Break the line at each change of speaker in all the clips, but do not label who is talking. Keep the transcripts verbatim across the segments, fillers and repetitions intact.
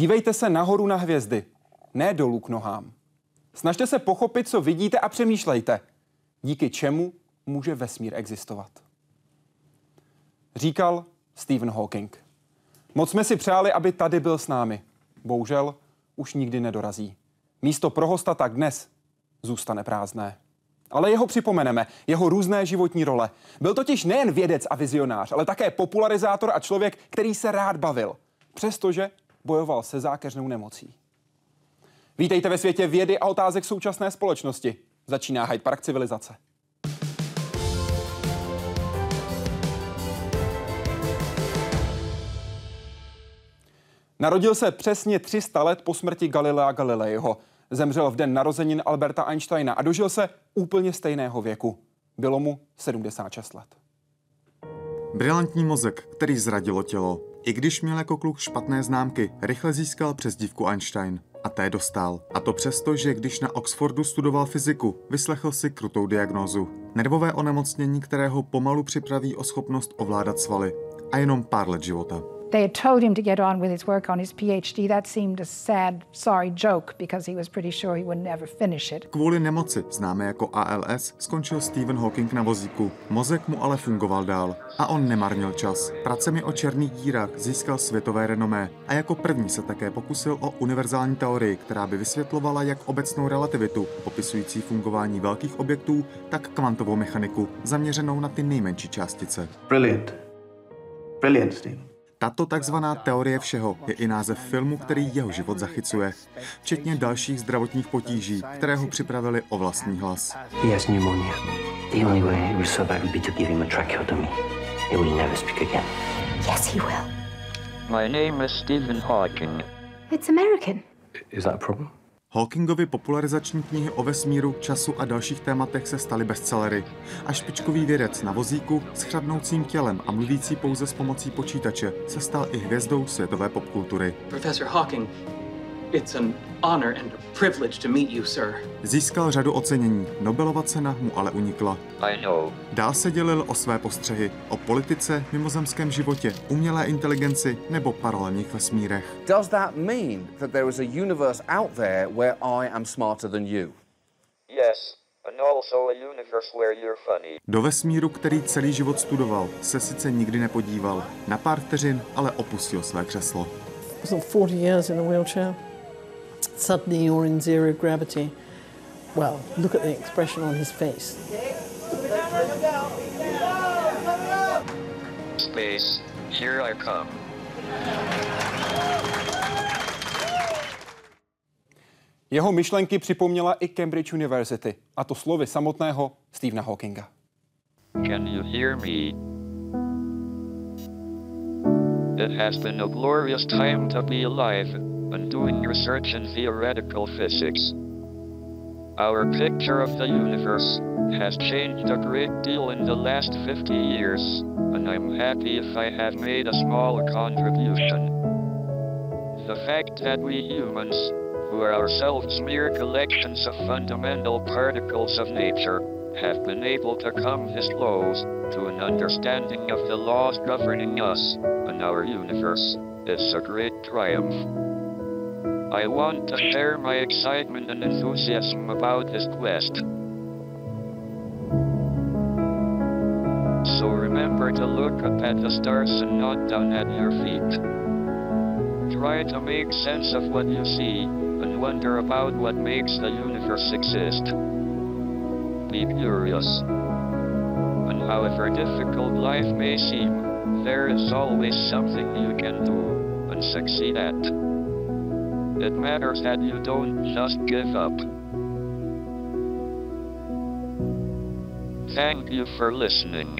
Dívejte se nahoru na hvězdy, ne dolů k nohám. Snažte se pochopit, co vidíte a přemýšlejte, díky čemu může vesmír existovat. Říkal Stephen Hawking. Moc jsme si přáli, aby tady byl s námi. Bohužel už nikdy nedorazí. Místo pro hosta tak dnes zůstane prázdné. Ale jeho připomeneme, jeho různé životní role. Byl totiž nejen vědec a vizionář, ale také popularizátor a člověk, který se rád bavil, přestože bojoval se zákeřnou nemocí. Vítejte ve světě vědy a otázek současné společnosti. Začíná Hyde Park civilizace. Narodil se přesně tři sta let po smrti Galilea Galileiho. Zemřel v den narozenin Alberta Einsteina a dožil se úplně stejného věku. Bylo mu sedmdesát šest let.
Brilantní mozek, který zradilo tělo. I když měl jako kluk špatné známky, rychle získal přezdívku Einstein. A té dostal. A to přesto, že když na Oxfordu studoval fyziku, vyslechl si krutou diagnózu. Nervové onemocnění, které ho pomalu připraví o schopnost ovládat svaly. A jenom pár let života.
They had told him to get on with his work on his PhD. That seemed a sad, sorry joke because he was pretty sure he would never finish it.
Kvůli nemoci, známé jako A L S, skončil Stephen Hawking na vozíku. Mozek mu ale fungoval dál. A on nemarnil čas. Pracemi o černých dírách získal světové renomé. A jako první se také pokusil o univerzální teorii, která by vysvětlovala jak obecnou relativitu, popisující fungování velkých objektů, tak kvantovou mechaniku, zaměřenou na ty nejmenší částice.
Brilliant. Brilliant, Stephen.
Tato takzvaná teorie všeho je i název filmu, který jeho život zachycuje, včetně dalších zdravotních potíží, které ho připravili o vlastní hlas.
He has pneumonia. The only way he will survive will be to give him a tracheotomy. He will never speak again.
Yes, he will.
My name is Stephen Hawking.
It's American.
Is that a problem?
Hawkingovy popularizační knihy o vesmíru, času a dalších tématech se staly bestsellery. A špičkový vědec na vozíku s chřadnoucím tělem a mluvící pouze s pomocí počítače se stal i hvězdou světové popkultury.
Professor Hawking, it's an honor and a privilege to meet you, sir.
Získal řadu ocenění, Nobelova cena mu ale unikla.
I know.
Dál se dělil o své postřehy, o politice, mimozemském životě, umělé inteligenci nebo paralelních vesmírech.
Does that mean that there is a universe out there where I am smarter than you?
Yes, and also a universe where you're funny.
Do vesmíru, který celý život studoval, se sice nikdy nepodíval. Na pár vteřin ale opustil své křeslo.
Wasn't forty years in a wheelchair. Suddenly you're in zero gravity. Well, look at the expression on his face.
Space, here I come.
Jeho myšlenky připomněla i Cambridge University, a to slovy samotného Stephena Hawkinga.
Can you hear me? It has been a glorious time to be alive and doing research in theoretical physics. Our picture of the universe has changed a great deal in the last fifty years, and I'm happy if I have made a small contribution. The fact that we humans, who are ourselves mere collections of fundamental particles of nature, have been able to come this close to an understanding of the laws governing us and our universe is a great triumph. I want to share my excitement and enthusiasm about this quest. So remember to look up at the stars and not down at your feet. Try to make sense of what you see and wonder about what makes the universe exist. Be curious. And however difficult life may seem, there is always something you can do and succeed at. It matters that you don't just give up. Thank you for listening.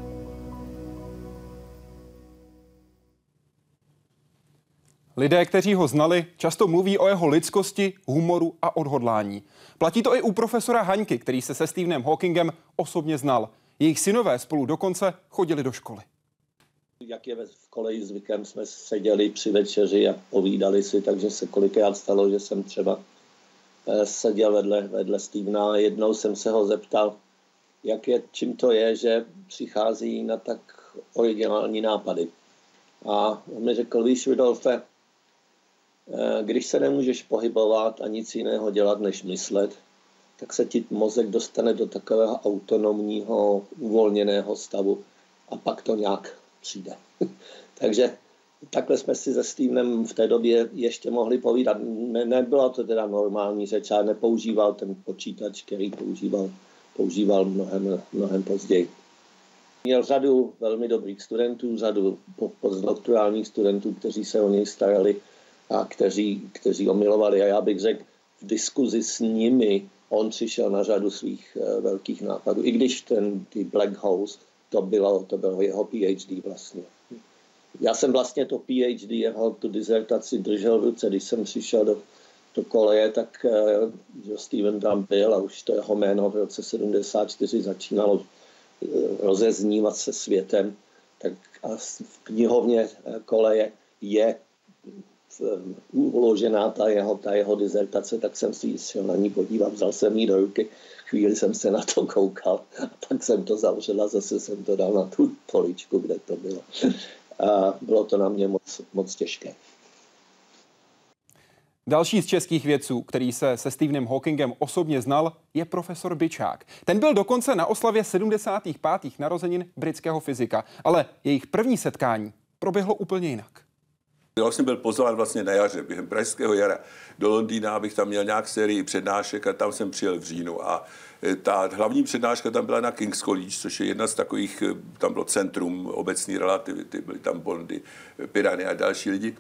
Lidé, kteří ho znali, často mluví o jeho lidskosti, humoru a odhodlání. Platí to i u profesora Haňky, který se se Stephenem Hawkingem osobně znal. Jejich synové spolu dokonce chodili do školy.
Jak je v koleji zvykem, jsme seděli při večeři a povídali si, takže se kolikrát stalo, že jsem třeba seděl vedle, vedle Stephena a jednou jsem se ho zeptal, jak je, čím to je, že přichází na tak originální nápady. A on mi řekl, víš, Rudolfe, Když se nemůžeš pohybovat a nic jiného dělat, než myslet, tak se ti mozek dostane do takového autonomního, uvolněného stavu a pak to nějak přijde. Takže takhle jsme si se Stevenem v té době ještě mohli povídat. Ne, nebylo to teda normální řeč, ale nepoužíval ten počítač, který používal, používal mnohem, mnohem později. Měl řadu velmi dobrých studentů, řadu postdoktorálních studentů, kteří se o něj starali a kteří, kteří ho milovali. A já bych řekl, v diskuzi s nimi on přišel na řadu svých uh, velkých nápadů. I když ten, ty Black Holes, to bylo, to bylo jeho PhD vlastně. Já jsem vlastně to PhD, jeho tu dizertaci držel v ruce, když jsem přišel do, do koleje, tak uh, že Steven tam byl a už to jeho jméno v roce sedmdesát čtyři začínalo uh, rozeznívat se světem. Tak a v knihovně uh, koleje je uložená ta jeho, ta jeho dizertace, tak jsem si šel na ní podívat, vzal jsem ji do ruky, chvíli jsem se na to koukal a pak jsem to zavřel a zase jsem to dal na tu poličku, kde to bylo. A bylo to na mě moc, moc těžké.
Další z českých vědců, který se se Stephenem Hawkingem osobně znal, je profesor Byčák. Ten byl dokonce na oslavě sedmdesátých pátých narozenin britského fyzika, ale jejich první setkání proběhlo úplně jinak.
Já jsem byl pozván vlastně na jaře, během pražského jara do Londýna, abych tam měl nějak sérii přednášek a tam jsem přijel v říjnu. A ta hlavní přednáška tam byla na King's College, což je jedna z takových, tam bylo centrum obecné relativity, byly tam Bondy, Pirany a další lidi.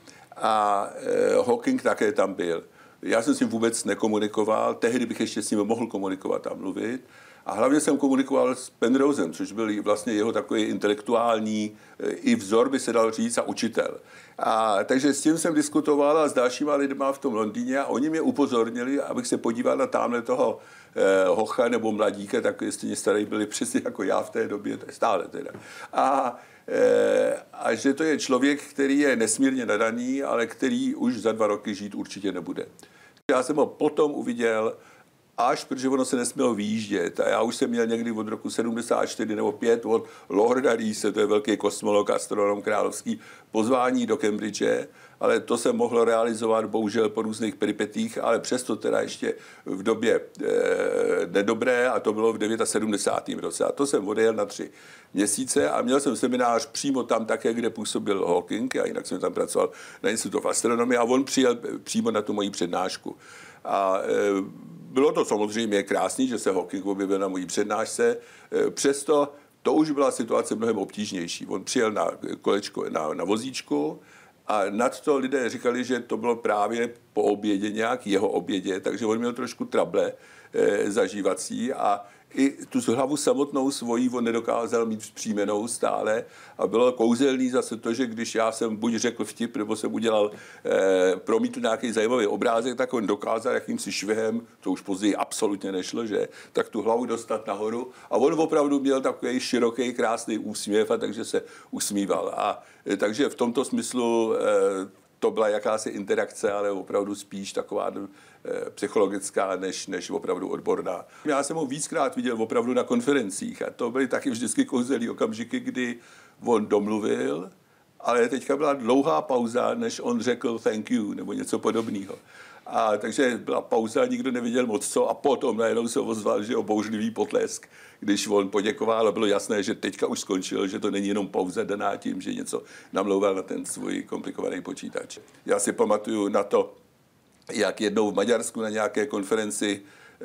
A Hawking také tam byl. Já jsem s ním vůbec nekomunikoval, tehdy bych ještě s ním mohl komunikovat a mluvit. A hlavně jsem komunikoval s Penrosem, což byl vlastně jeho takový intelektuální i vzor, by se dal říct, a učitel. A takže s tím jsem diskutoval a s dalšíma lidma v tom Londýně a oni mě upozornili, abych se podíval na tamhle toho eh, hocha nebo mladíka, tak jestli starý byli přesně jako já v té době, to je stále teda. A, eh, a že to je člověk, který je nesmírně nadaný, ale který už za dva roky žít určitě nebude. Já jsem ho potom uviděl až, protože ono se nesmělo vyjíždět. A já už jsem měl někdy od roku sedmdesát čtyři nebo pět od Lorda Reese, to je velký kosmolog, astronom královský, pozvání do Cambridge, ale to se mohlo realizovat bohužel po různých peripetích, ale přesto teda ještě v době e, nedobré a to bylo v sedmdesátém devátém roce. A to jsem odjel na tři měsíce a měl jsem seminář přímo tam také, kde působil Hawking, a jinak jsem tam pracoval na Institutu astronomie a on přijel přímo na tu moji přednášku. A e, bylo to samozřejmě krásný, že se Hawking objevil na mojí přednášce, přesto to už byla situace mnohem obtížnější. On přijel na kolečko, na, na vozíčku a nad to lidé říkali, že to bylo právě po obědě, nějak jeho obědě, takže on měl trošku trable e, zažívací a i tu hlavu samotnou svojí on nedokázal mít vzpřímenou stále a bylo kouzelný zase to, že když já jsem buď řekl vtip, nebo jsem udělal, eh, promítl nějaký zajímavý obrázek, tak on dokázal jakýmsi švihem, to už později absolutně nešlo, že, tak tu hlavu dostat nahoru a on opravdu měl takový široký, krásný úsměv a takže se usmíval. A eh, takže v tomto smyslu eh, to byla jakási interakce, ale opravdu spíš taková e, psychologická, než, než opravdu odborná. Já jsem ho víckrát viděl opravdu na konferencích a to byly taky vždycky kouzelné okamžiky, kdy on domluvil, ale teďka byla dlouhá pauza, než on řekl thank you nebo něco podobného. A takže byla pauza, nikdo neviděl moc co a potom najednou se ozval, že jo, bouřlivý potlesk, když on poděkoval a bylo jasné, že teďka už skončil, že to není jenom pauza daná tím, že něco namlouval na ten svůj komplikovaný počítač. Já si pamatuju na to, jak jednou v Maďarsku na nějaké konferenci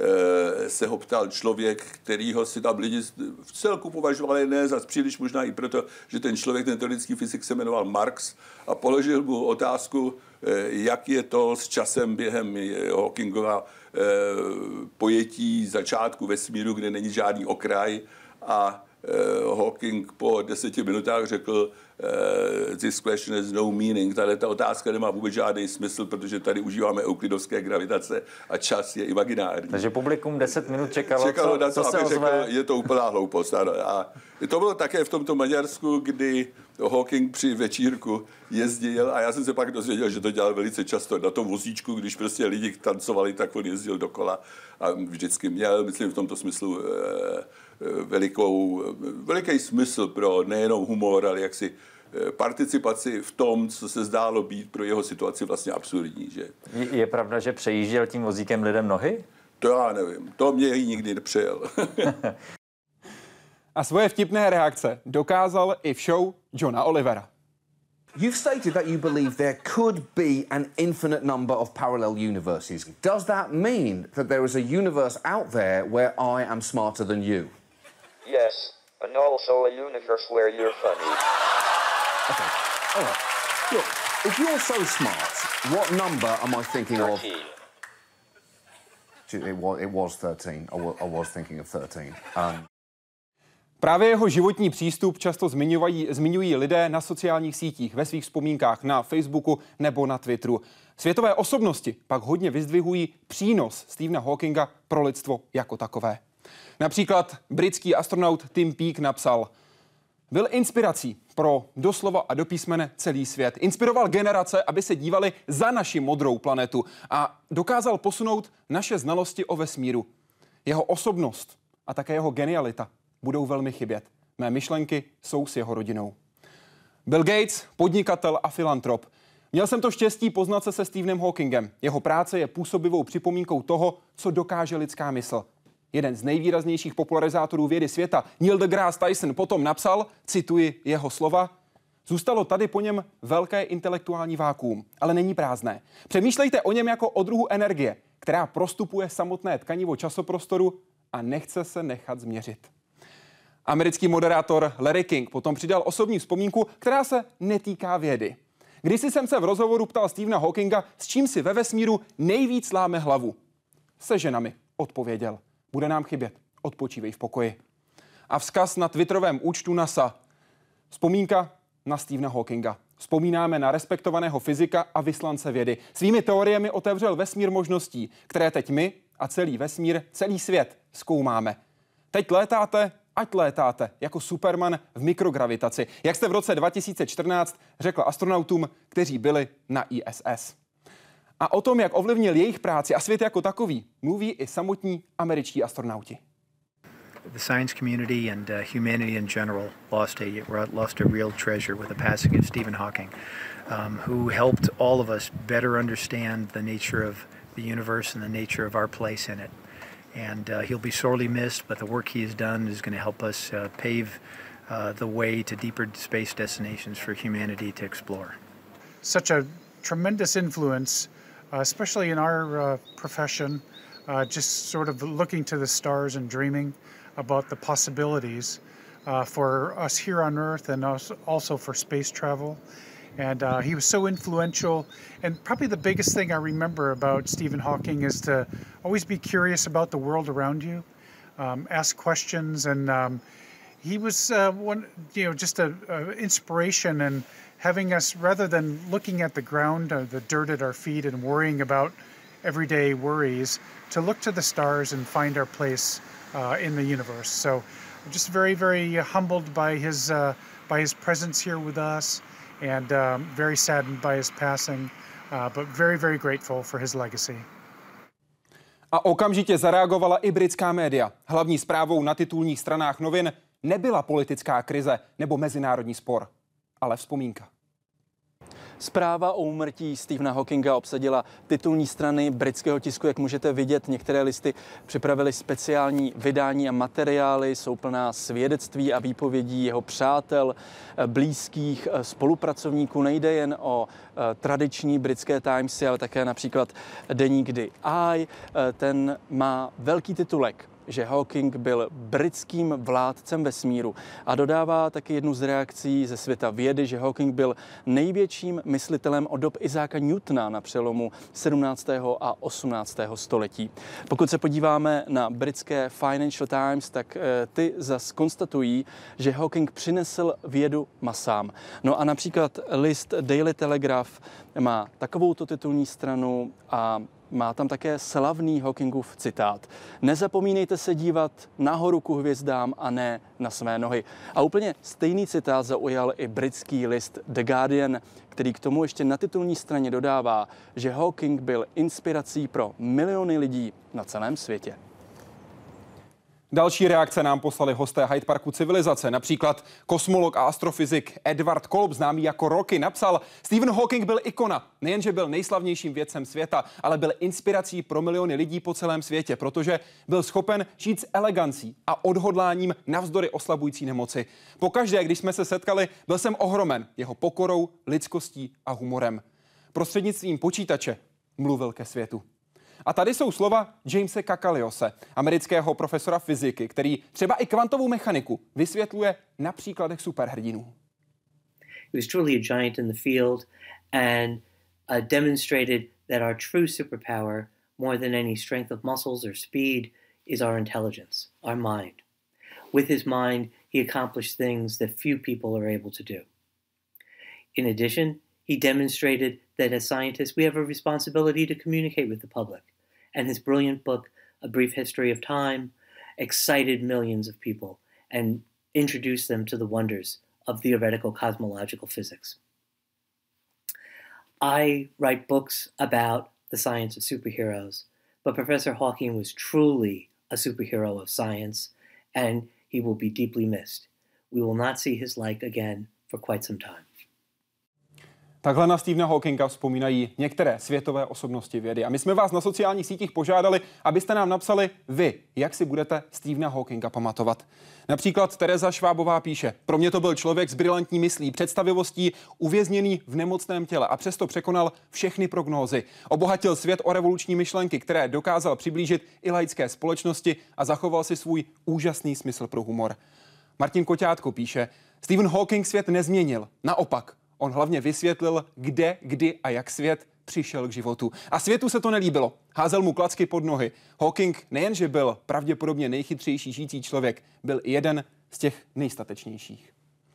e, se ho ptal člověk, kterýho si tam lidi v celku považovali ne za příliš, možná i proto, že ten člověk, ten teoretický fyzik se jmenoval Marx a položil mu otázku, e, jak je to s časem během Hawkingova e, pojetí začátku vesmíru, kde není žádný okraj a Hawking po deseti minutách řekl, uh, this question has no meaning, tady ta otázka nemá vůbec žádný smysl, protože tady užíváme euklidovské gravitace a čas je imaginární.
Takže publikum deset minut čekalo,
čekalo
co,
na to,
co se
aby
ozve.
řekl, je to úplná hloupost. Ano. A to bylo také v tomto Maďarsku, kdy Hawking při večírku jezdil a já jsem se pak dozvěděl, že to dělal velice často na tom vozíčku, když prostě lidi tancovali, tak on jezdil dokola a vždycky měl, myslím v tomto smyslu, velikou, veliký smysl pro nejenom humor, ale jaksi participaci v tom, co se zdálo být pro jeho situaci vlastně absurdní. Že?
Je, je pravda, že přejížděl tím vozíkem lidem nohy?
To já nevím. To mě jí nikdy nepřejel.
A svoje vtipné reakce dokázal i v show Johna Olivera.
You've stated that you believe there could be an infinite number of parallel universes. Does that mean that there is a universe out there where I am smarter than you?
Yes, and also a universe where you're funny.
Okay, all right. Look, if you're so smart, what number am I thinking of? It was, it was thirteen. I was, I was thinking of thirteen. Um,
Právě jeho životní přístup často zmiňují, zmiňují lidé na sociálních sítích, ve svých vzpomínkách na Facebooku nebo na Twitteru. Světové osobnosti pak hodně vyzdvihují přínos Stephena Hawkinga pro lidstvo jako takové. Například britský astronaut Tim Peake napsal: byl inspirací pro doslova a do písmene celý svět. Inspiroval generace, aby se dívali za naši modrou planetu a dokázal posunout naše znalosti o vesmíru. Jeho osobnost a také jeho genialita budou velmi chybět. Mé myšlenky jsou s jeho rodinou. Bill Gates, podnikatel a filantrop. Měl jsem to štěstí poznat se se Stephenem Hawkingem. Jeho práce je působivou připomínkou toho, co dokáže lidská mysl. Jeden z nejvýraznějších popularizátorů vědy světa, Neil deGrasse Tyson, potom napsal, cituji jeho slova: zůstalo tady po něm velké intelektuální vákuum, ale není prázdné. Přemýšlejte o něm jako o druhu energie, která prostupuje samotné tkanivo časoprostoru a nechce se nechat změřit. Americký moderátor Larry King potom přidal osobní vzpomínku, která se netýká vědy. Kdysi jsem se v rozhovoru ptal Stephena Hawkinga, s čím si ve vesmíru nejvíc láme hlavu. Se ženami, odpověděl. Bude nám chybět. Odpočívej v pokoji. A vzkaz na twitterovém účtu NASA. Vzpomínka na Stephena Hawkinga. Vzpomínáme na respektovaného fyzika a vyslance vědy. Svými teoriemi otevřel vesmír možností, které teď my a celý vesmír, celý svět zkoumáme. Teď létáte, ať létáte, jako Superman v mikrogravitaci, jak jste v roce dva tisíce čtrnáct řekl astronautům, kteří byli na I S S. A o tom, jak ovlivnil jejich práci a svět jako takový, mluví i samotní američtí astronauti.
The science community and uh, humanity in general lost a lost a real treasure with the passing of Stephen Hawking, um, who helped all of us better understand the nature of the universe and the nature of our place in it. And uh, he'll be sorely missed, but the work he has done is going to help us uh, pave uh, the way to deeper space destinations for humanity to explore.
Such a tremendous influence, uh, especially in our uh, profession, uh, just sort of looking to the stars and dreaming about the possibilities uh, for us here on Earth and also for space travel. And uh, he was so influential. And probably the biggest thing I remember about Stephen Hawking is to always be curious about the world around you, um, ask questions. And um, he was uh, one, you know, just an inspiration in having us, rather than looking at the ground or the dirt at our feet and worrying about everyday worries, to look to the stars and find our place uh, in the universe. So I'm just very, very humbled by his, uh, by his presence here with us. And um, very saddened by his passing, uh, but very, very grateful for his legacy.
A okamžitě zareagovala i britská média. Hlavní zprávou na titulních stranách novin nebyla politická krize nebo mezinárodní spor, ale vzpomínka.
Zpráva o úmrtí Stephena Hawkinga obsadila titulní strany britského tisku, jak můžete vidět. Některé listy připravily speciální vydání a materiály, jsou plná svědectví a výpovědí jeho přátel, blízkých spolupracovníků. Nejde jen o tradiční britské Timesy, ale také například deník The Eye. Ten má velký titulek, že Hawking byl britským vládcem vesmíru, a dodává taky jednu z reakcí ze světa vědy, že Hawking byl největším myslitelem od dob Isaaca Newtona na přelomu sedmnáctého a osmnáctého století. Pokud se podíváme na britské Financial Times, tak ty zas konstatují, že Hawking přinesl vědu masám. No a například list Daily Telegraph má takovouto titulní stranu a má tam také slavný Hawkingův citát. Nezapomínejte se dívat nahoru ku hvězdám a ne na své nohy. A úplně stejný citát zaujal i britský list The Guardian, který k tomu ještě na titulní straně dodává, že Hawking byl inspirací pro miliony lidí na celém světě.
Další reakce nám poslali hosté Hyde Parku civilizace. Například kosmolog a astrofyzik Edward Kolb, známý jako Rocky, napsal: Stephen Hawking byl ikona. Nejenže byl nejslavnějším vědcem světa, ale byl inspirací pro miliony lidí po celém světě, protože byl schopen žít s elegancí a odhodláním navzdory oslabující nemoci. Pokaždé, když jsme se setkali, byl jsem ohromen jeho pokorou, lidskostí a humorem. Prostřednictvím počítače mluvil ke světu. A tady jsou slova Jamese Kakaliose, amerického profesora fyziky, který třeba i kvantovou mechaniku vysvětluje na příkladech superhrdinů.
He was truly a giant in the field and uh, demonstrated that our true superpower, more than any strength of muscles or speed, is our intelligence, our mind. With his mind, he accomplished things that few people are able to do. In addition, he demonstrated that as scientists, we have a responsibility to communicate with the public. And his brilliant book, A Brief History of Time, excited millions of people and introduced them to the wonders of theoretical cosmological physics. I write books about the science of superheroes, but Professor Hawking was truly a superhero of science, and he will be deeply missed. We will not see his like again for quite some time.
Takhle na Stephena Hawkinga vzpomínají některé světové osobnosti vědy. A my jsme vás na sociálních sítích požádali, abyste nám napsali vy, jak si budete Stephena Hawkinga pamatovat. Například Tereza Švábová píše: pro mě to byl člověk s brilantní myslí, představivostí, uvězněný v nemocném těle a přesto překonal všechny prognózy. Obohatil svět o revoluční myšlenky, které dokázal přiblížit i laické společnosti a zachoval si svůj úžasný smysl pro humor. Martin Koťátko píše: Stephen Hawking svět nezměnil, naopak. On hlavně vysvětlil, kde, kdy a jak svět přišel k životu. A světu se to nelíbilo. Házel mu klacky pod nohy. Hawking nejenže byl pravděpodobně nejchytřejší žijící člověk, byl i jeden z těch nejstatečnějších.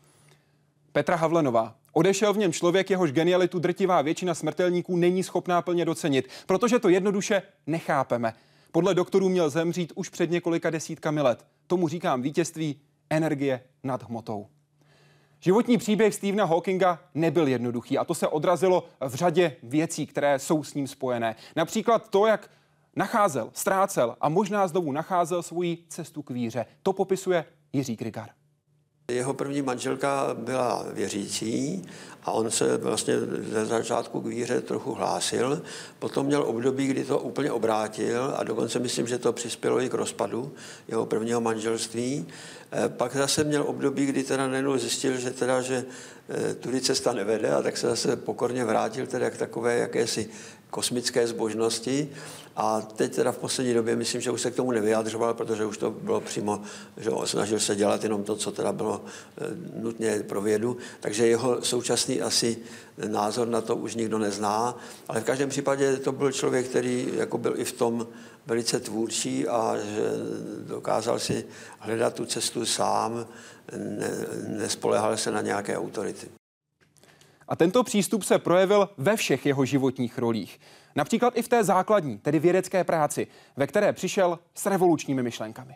Petra Havlenová. Odešel v něm člověk, jehož genialitu drtivá většina smrtelníků není schopná plně docenit, protože to jednoduše nechápeme. Podle doktorů měl zemřít už před několika desítkami let. Tomu říkám vítězství energie nad hmotou. Životní příběh Stephena Hawkinga nebyl jednoduchý a to se odrazilo v řadě věcí, které jsou s ním spojené. Například to, jak nacházel, ztrácel a možná znovu nacházel svoji cestu k víře. To popisuje Jiří Krygar.
Jeho první manželka byla věřící a on se vlastně ze začátku k víře trochu hlásil. Potom měl období, kdy to úplně obrátil a dokonce myslím, že to přispělo i k rozpadu jeho prvního manželství. Pak zase měl období, kdy teda najednou zjistil, že teda, že tudy cesta nevede a tak se zase pokorně vrátil teda k takové jakési kosmické zbožnosti. A teď teda v poslední době myslím, že už se k tomu nevyjadřoval, protože už to bylo přímo, že snažil se dělat jenom to, co teda bylo nutně pro vědu. Takže jeho současný asi názor na to už nikdo nezná. Ale v každém případě to byl člověk, který jako byl i v tom velice tvůrčí a že dokázal si hledat tu cestu sám, ne, nespoléhal se na nějaké autority.
A tento přístup se projevil ve všech jeho životních rolích. Například i v té základní, tedy vědecké práci, ve které přišel s revolučními myšlenkami.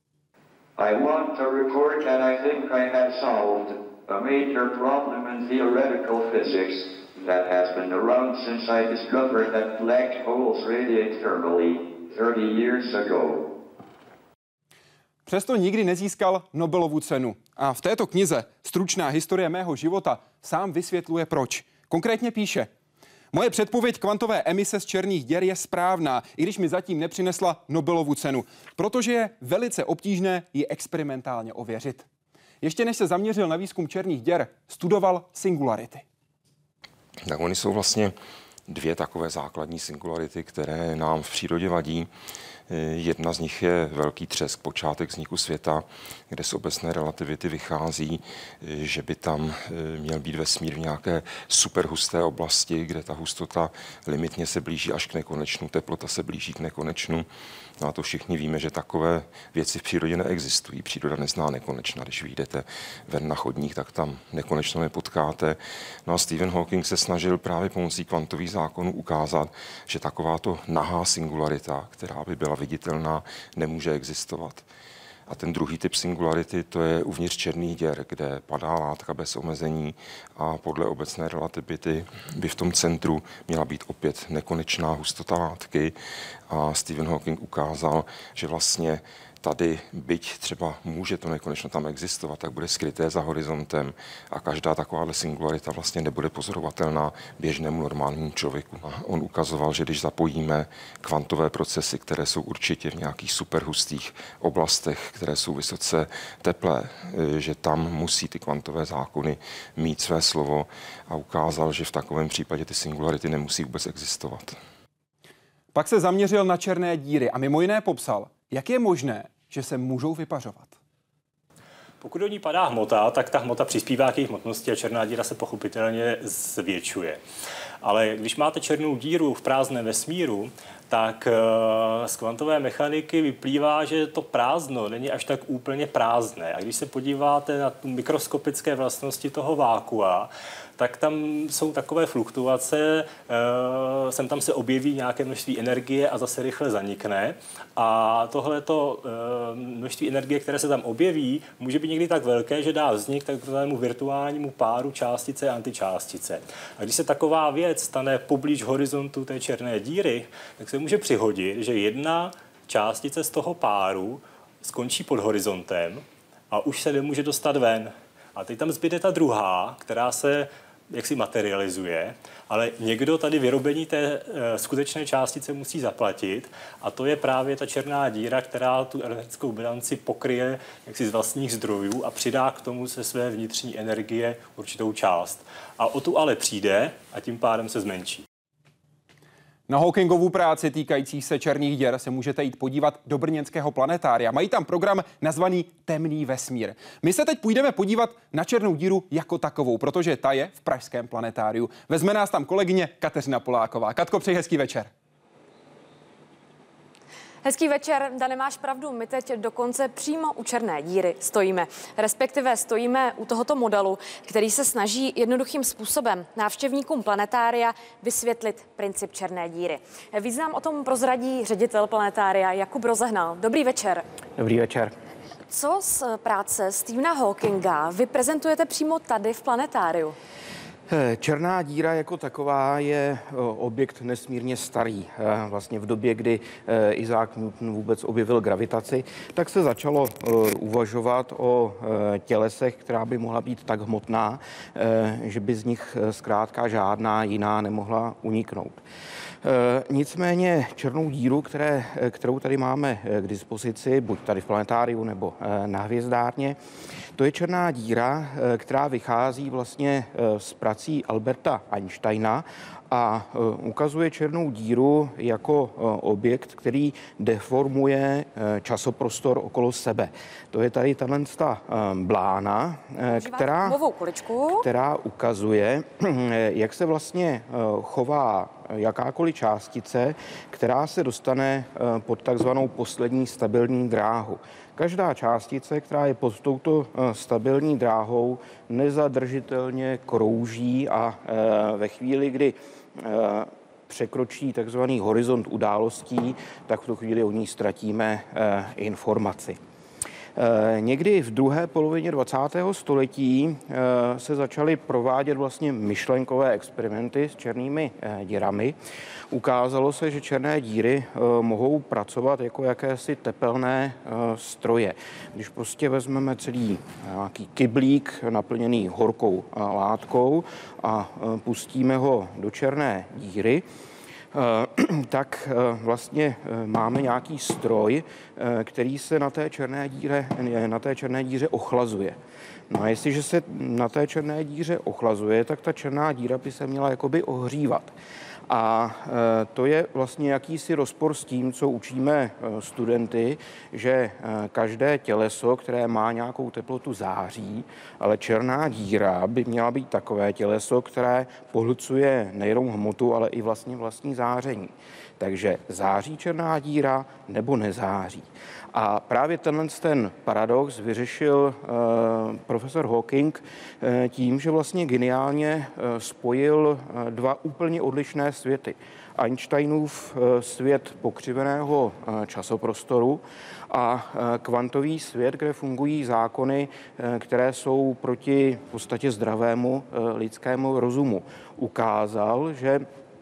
I want to report that I think I have solved a major problem in theoretical physics that has been around since I discovered that black holes radiate thermally thirty years ago.
Přesto nikdy nezískal Nobelovu cenu. A v této knize Stručná historie mého života sám vysvětluje proč. Konkrétně píše: moje předpověď kvantové emise z černých děr je správná, i když mi zatím nepřinesla Nobelovu cenu, protože je velice obtížné ji experimentálně ověřit. Ještě než se zaměřil na výzkum černých děr, studoval singularity.
Tak oni jsou vlastně dvě takové základní singularity, které nám v přírodě vadí. Jedna z nich je velký třesk, počátek vzniku světa, kde z obecné relativity vychází, že by tam měl být vesmír v nějaké superhusté oblasti, kde ta hustota limitně se blíží až k nekonečnu, teplota se blíží k nekonečnu. No a to všichni víme, že takové věci v přírodě neexistují. Příroda nezná nekonečna. Když vyjdete ven na chodník, tak tam nekonečno nepotkáte. No a Stephen Hawking se snažil právě pomocí kvantových zákonů ukázat, že takováto nahá singularita, která by byla viditelná, nemůže existovat. A ten druhý typ singularity, to je uvnitř černých děr, kde padá látka bez omezení a podle obecné relativity by v tom centru měla být opět nekonečná hustota látky. A Stephen Hawking ukázal, že vlastně tady, byť třeba může to nekonečno tam existovat, tak bude skryté za horizontem a každá takováhle singularita vlastně nebude pozorovatelná běžnému normálnímu člověku. A on ukazoval, že když zapojíme kvantové procesy, které jsou určitě v nějakých superhustých oblastech, které jsou vysoce teplé, že tam musí ty kvantové zákony mít své slovo a ukázal, že v takovém případě ty singularity nemusí vůbec existovat.
Pak se zaměřil na černé díry a mimo jiné popsal, jak je možné, že se můžou vypařovat.
Pokud do ní padá hmota, tak ta hmota přispívá k její hmotnosti a černá díra se pochopitelně zvětšuje. Ale když máte černou díru v prázdném vesmíru, tak z kvantové mechaniky vyplývá, že to prázdno není až tak úplně prázdné. A když se podíváte na mikroskopické vlastnosti toho vákua, tak tam jsou takové fluktuace, sem tam se objeví nějaké množství energie a zase rychle zanikne. A tohleto množství energie, které se tam objeví, může být někdy tak velké, že dá vznik takzvanému virtuálnímu páru částice a antičástice. A když se taková věc stane poblíž horizontu té černé díry, tak se může přihodit, že jedna částice z toho páru skončí pod horizontem a už se nemůže dostat ven. A teď tam zbyde ta druhá, která se jaksi materializuje, ale někdo tady vyrobení té e, skutečné částice musí zaplatit a to je právě ta černá díra, která tu energetickou bilanci pokryje jaksi z vlastních zdrojů a přidá k tomu se své vnitřní energie určitou část. A o tu ale přijde a tím pádem se zmenší.
Na Hawkingovu práci týkající se černých děr se můžete jít podívat do brněnského planetária. Mají tam program nazvaný Temný vesmír. My se teď půjdeme podívat na černou díru jako takovou, protože ta je v pražském planetáriu. Vezme nás tam kolegyně Kateřina Poláková. Katko, přeji hezký večer.
Hezký večer, Dane, máš pravdu, my teď dokonce přímo u černé díry stojíme. Respektive stojíme u tohoto modelu, který se snaží jednoduchým způsobem návštěvníkům planetária vysvětlit princip černé díry. Víc nám o tom prozradí ředitel planetária Jakub Rozehnal. Dobrý večer.
Dobrý večer.
Co z práce Stephena Hawkinga vy prezentujete přímo tady v planetáriu?
Černá díra jako taková je objekt nesmírně starý. Vlastně v době, kdy Isaac Newton vůbec objevil gravitaci, tak se začalo uvažovat o tělesech, která by mohla být tak hmotná, že by z nich zkrátka žádná jiná nemohla uniknout. Nicméně černou díru, které, kterou tady máme k dispozici, buď tady v planetáriu nebo na hvězdárně, to je černá díra, která vychází vlastně z prací Alberta Einsteina a ukazuje černou díru jako objekt, který deformuje časoprostor okolo sebe. To je tady tato blána, která, která ukazuje, jak se vlastně chová jakákoliv částice, která se dostane pod takzvanou poslední stabilní dráhu. Každá částice, která je pod touto stabilní dráhou, nezadržitelně krouží a ve chvíli, kdy překročí takzvaný horizont událostí, tak v tu chvíli o ní ztratíme informaci. Někdy v druhé polovině dvacátého století se začaly provádět vlastně myšlenkové experimenty s černými dírami. Ukázalo se, že černé díry mohou pracovat jako jakési tepelné stroje. Když prostě vezmeme celý nějaký kyblík naplněný horkou látkou a pustíme ho do černé díry, tak vlastně máme nějaký stroj, který se na té černé díře, na té černé díře ochlazuje. No a jestliže se na té černé díře ochlazuje, tak ta černá díra by se měla jakoby ohřívat. A to je vlastně jakýsi rozpor s tím, co učíme studenty, že každé těleso, které má nějakou teplotu, září, ale černá díra by měla být takové těleso, které pohlcuje nejenom hmotu, ale i vlastně vlastní záření. Takže září černá díra nebo nezáří. A právě tenhle ten paradox vyřešil uh, profesor Hawking uh, tím, že vlastně geniálně uh, spojil uh, dva úplně odlišné světy. Einsteinův uh, svět pokřiveného uh, časoprostoru a uh, kvantový svět, kde fungují zákony, uh, které jsou proti v podstatě zdravému uh, lidskému rozumu. Ukázal, že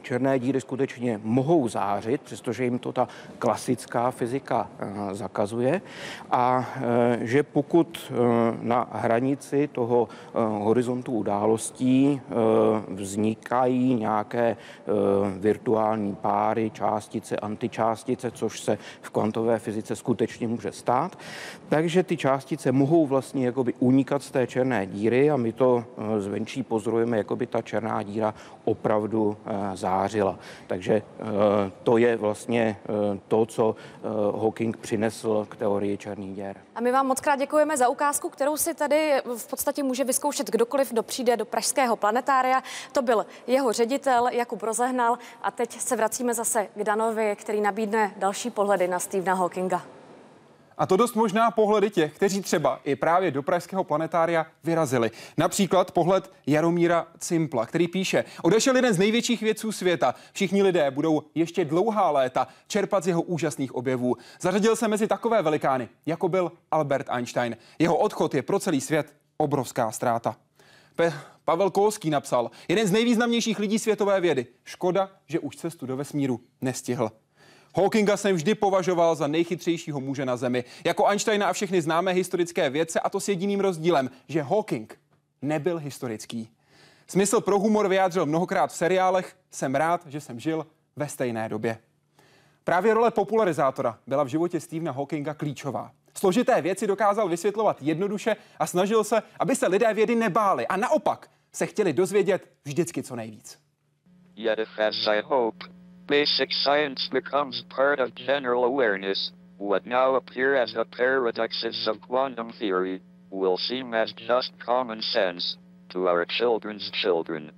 černé díry skutečně mohou zářit, přestože jim to ta klasická fyzika zakazuje, a že pokud na hranici toho horizontu událostí vznikají nějaké virtuální páry, částice, antičástice, což se v kvantové fyzice skutečně může stát, takže ty částice mohou vlastně jakoby unikat z té černé díry a my to zvenčí pozorujeme, jako by ta černá díra opravdu zářila. Takže to je vlastně to, co Hawking přinesl k teorii černých děr.
A my vám moc krát děkujeme za ukázku, kterou si tady v podstatě může vyzkoušet kdokoliv, kdo přijde do pražského planetária. To byl jeho ředitel Jakub Rozehnal a teď se vracíme zase k Danovi, který nabídne další pohledy na Stephena Hawkinga.
A to dost možná pohledy těch, kteří třeba i právě do pražského planetária vyrazili. Například pohled Jaromíra Cimpla, který píše: odešel jeden z největších vědců světa. Všichni lidé budou ještě dlouhá léta čerpat z jeho úžasných objevů. Zařadil se mezi takové velikány, jako byl Albert Einstein. Jeho odchod je pro celý svět obrovská ztráta. Pe- Pavel Kolský napsal: jeden z nejvýznamnějších lidí světové vědy. Škoda, že už cestu do vesmíru nestihl. Hawkinga jsem vždy považoval za nejchytřejšího muže na Zemi. Jako Einsteina a všechny známé historické vědce, a to s jediným rozdílem, že Hawking nebyl historický. Smysl pro humor vyjádřil mnohokrát v seriálech. Jsem rád, že jsem žil ve stejné době. Právě role popularizátora byla v životě Stephena Hawkinga klíčová. Složité věci dokázal vysvětlovat jednoduše a snažil se, aby se lidé vědy nebáli a naopak se chtěli dozvědět vždycky co nejvíc.
Yet if, as I hope, basic science becomes part of general awareness, what now appear as a paradoxes of quantum theory will seem as just common sense to our children's children.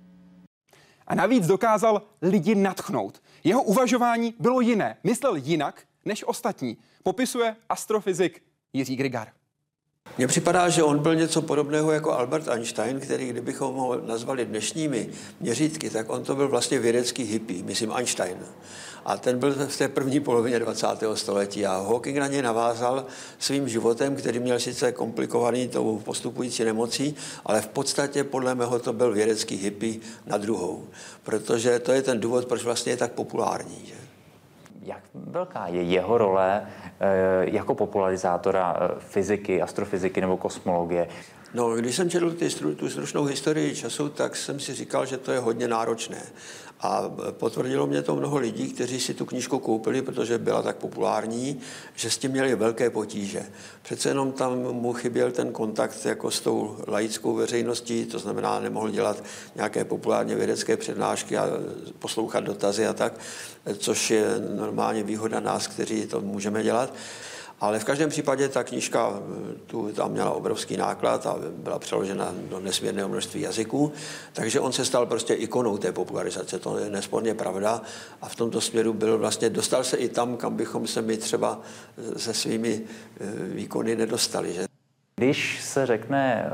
A navíc dokázal lidi nadchnout. Jeho uvažování bylo jiné, myslel jinak než ostatní, popisuje astrofyzik Jiří Grigar.
Mně připadá, že on byl něco podobného jako Albert Einstein, který, kdybychom ho nazvali dnešními měřítky, tak on to byl vlastně vědecký hippie, myslím Einstein. A ten byl v té první polovině dvacátého století a Hawking na něj navázal svým životem, který měl sice komplikovaný tou postupující nemocí, ale v podstatě podle mého to byl vědecký hippie na druhou. Protože to je ten důvod, proč vlastně je tak populární. Že?
Jak velká je jeho role jako popularizátora fyziky, astrofyziky nebo kosmologie?
No, když jsem četl ty, tu stručnou historii času, tak jsem si říkal, že to je hodně náročné. A potvrdilo mě to mnoho lidí, kteří si tu knížku koupili, protože byla tak populární, že s tím měli velké potíže. Přece jenom tam mu chyběl ten kontakt jako s tou laickou veřejností, to znamená, nemohl dělat nějaké populárně vědecké přednášky a poslouchat dotazy a tak, což je normálně výhoda nás, kteří to můžeme dělat. Ale v každém případě ta knížka tu, tam měla obrovský náklad a byla přeložena do nesmírného množství jazyků, takže on se stal prostě ikonou té popularizace, to je nesporně pravda a v tomto směru byl vlastně, dostal se i tam, kam bychom se my třeba se svými výkony nedostali. Že?
Když se řekne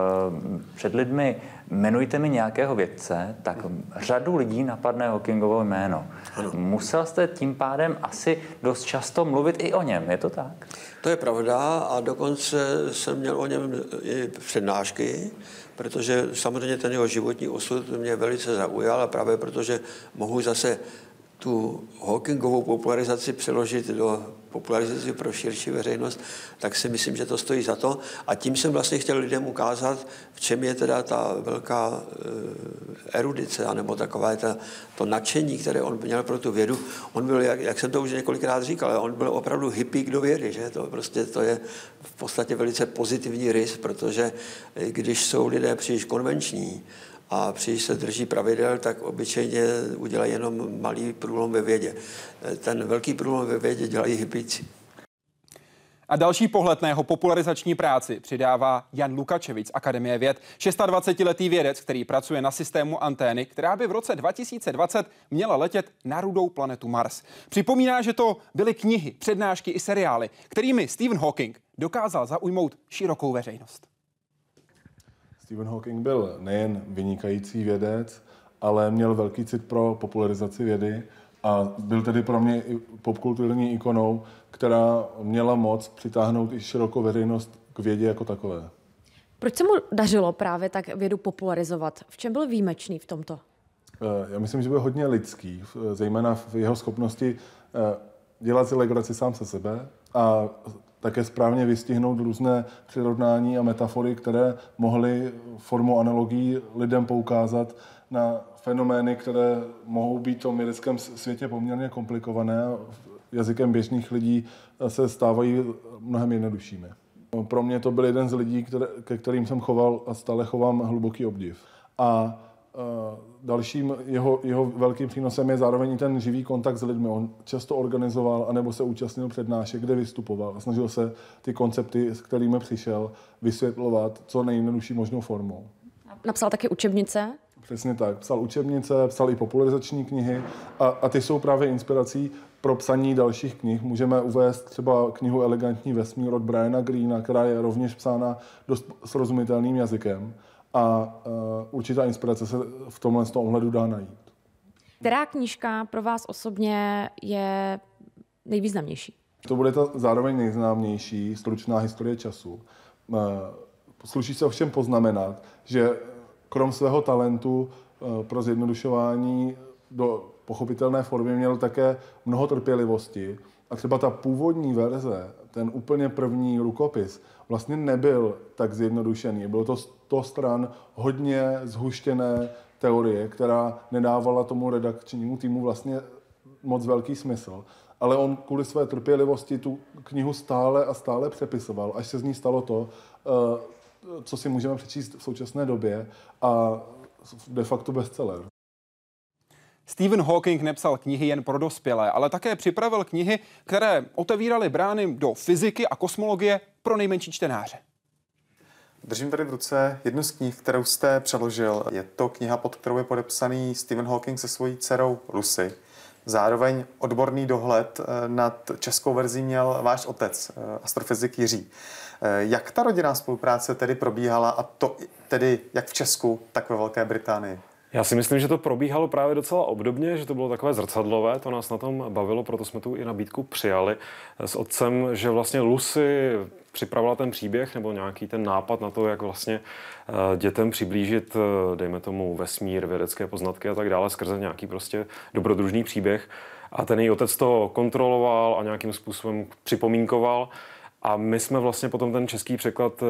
uh, před lidmi, jmenujte mi nějakého vědce, tak řadu lidí napadne Hawkingovo jméno. Ano. Musel jste tím pádem asi dost často mluvit i o něm, je to tak?
To je pravda a dokonce jsem měl o něm i přednášky, protože samozřejmě ten jeho životní osud mě velice zaujal a právě protože mohu zase tu Hawkingovou popularizaci přeložit do popularizaci pro širší veřejnost, tak si myslím, že to stojí za to. A tím jsem vlastně chtěl lidem ukázat, v čem je teda ta velká erudice, anebo takové ta, to nadšení, které on měl pro tu vědu. On byl, jak, jak jsem to už několikrát říkal, on byl opravdu hippie do vědy, že? To prostě to je v podstatě velice pozitivní rys, protože když jsou lidé příliš konvenční, a příliš se drží pravidel, tak obyčejně udělají jenom malý průlom ve vědě. Ten velký průlom ve vědě dělají hippíci.
A další pohled na jeho popularizační práci přidává Jan Lukačevic z Akademie věd, dvacetišestiletý vědec, který pracuje na systému antény, která by v roce dva tisíce dvacet měla letět na rudou planetu Mars. Připomíná, že to byly knihy, přednášky i seriály, kterými Stephen Hawking dokázal zaujmout širokou veřejnost.
Stephen Hawking byl nejen vynikající vědec, ale měl velký cit pro popularizaci vědy a byl tedy pro mě i popkulturní ikonou, která měla moc přitáhnout i širokou veřejnost k vědě jako takové.
Proč se mu dařilo právě tak vědu popularizovat? V čem byl výjimečný v tomto?
Já myslím, že byl hodně lidský, zejména v jeho schopnosti dělat si legraci sám se sebe a také správně vystihnout různé přirovnání a metafory, které mohly formou analogií lidem poukázat na fenomény, které mohou být v tom vědeckém světě poměrně komplikované. Jazykem běžných lidí se stávají mnohem jednoduššími. Pro mě to byl jeden z lidí, které, ke kterým jsem choval a stále chovám hluboký obdiv. A dalším jeho, jeho velkým přínosem je zároveň ten živý kontakt s lidmi. On často organizoval anebo se účastnil přednášek, kde vystupoval a snažil se ty koncepty, s kterými přišel, vysvětlovat co nejjednodušší možnou formou.
Napsal taky učebnice?
Přesně tak. Psal učebnice, psal i popularizační knihy a, a ty jsou právě inspirací pro psaní dalších knih. Můžeme uvést třeba knihu Elegantní vesmír od Briana Greena, která je rovněž psána dost srozumitelným jazykem. A uh, určitá inspirace se v tomhle z toho ohledu dá najít.
Která knížka pro vás osobně je nejvýznamnější?
To bude ta zároveň nejznámější Stručná historie času. Uh, sluší se ovšem poznamenat, že krom svého talentu uh, pro zjednodušování do pochopitelné formy měl také mnoho trpělivosti. A třeba ta původní verze, ten úplně první rukopis, vlastně nebyl tak zjednodušený. Bylo to sto stran hodně zhuštěné teorie, která nedávala tomu redakčnímu týmu vlastně moc velký smysl. Ale on kvůli své trpělivosti tu knihu stále a stále přepisoval, až se z ní stalo to, co si můžeme přečíst v současné době a de facto bestseller.
Stephen Hawking nepsal knihy jen pro dospělé, ale také připravil knihy, které otevíraly brány do fyziky a kosmologie pro nejmenší čtenáře.
Držím tady v ruce jednu z knih, kterou jste přeložil. Je to kniha, pod kterou je podepsaný Stephen Hawking se svojí dcerou Lucy. Zároveň odborný dohled nad českou verzí měl váš otec, astrofyzik Jiří. Jak ta rodinná spolupráce tedy probíhala, a to tedy jak v Česku, tak ve Velké Británii?
Já si myslím, že to probíhalo právě docela obdobně, že to bylo takové zrcadlové, to nás na tom bavilo, proto jsme tu i nabídku přijali s otcem, že vlastně Lucy připravila ten příběh nebo nějaký ten nápad na to, jak vlastně dětem přiblížit, dejme tomu, vesmír, vědecké poznatky a tak dále skrze nějaký prostě dobrodružný příběh. A ten její otec to kontroloval a nějakým způsobem připomínkoval. A my jsme vlastně potom ten český překlad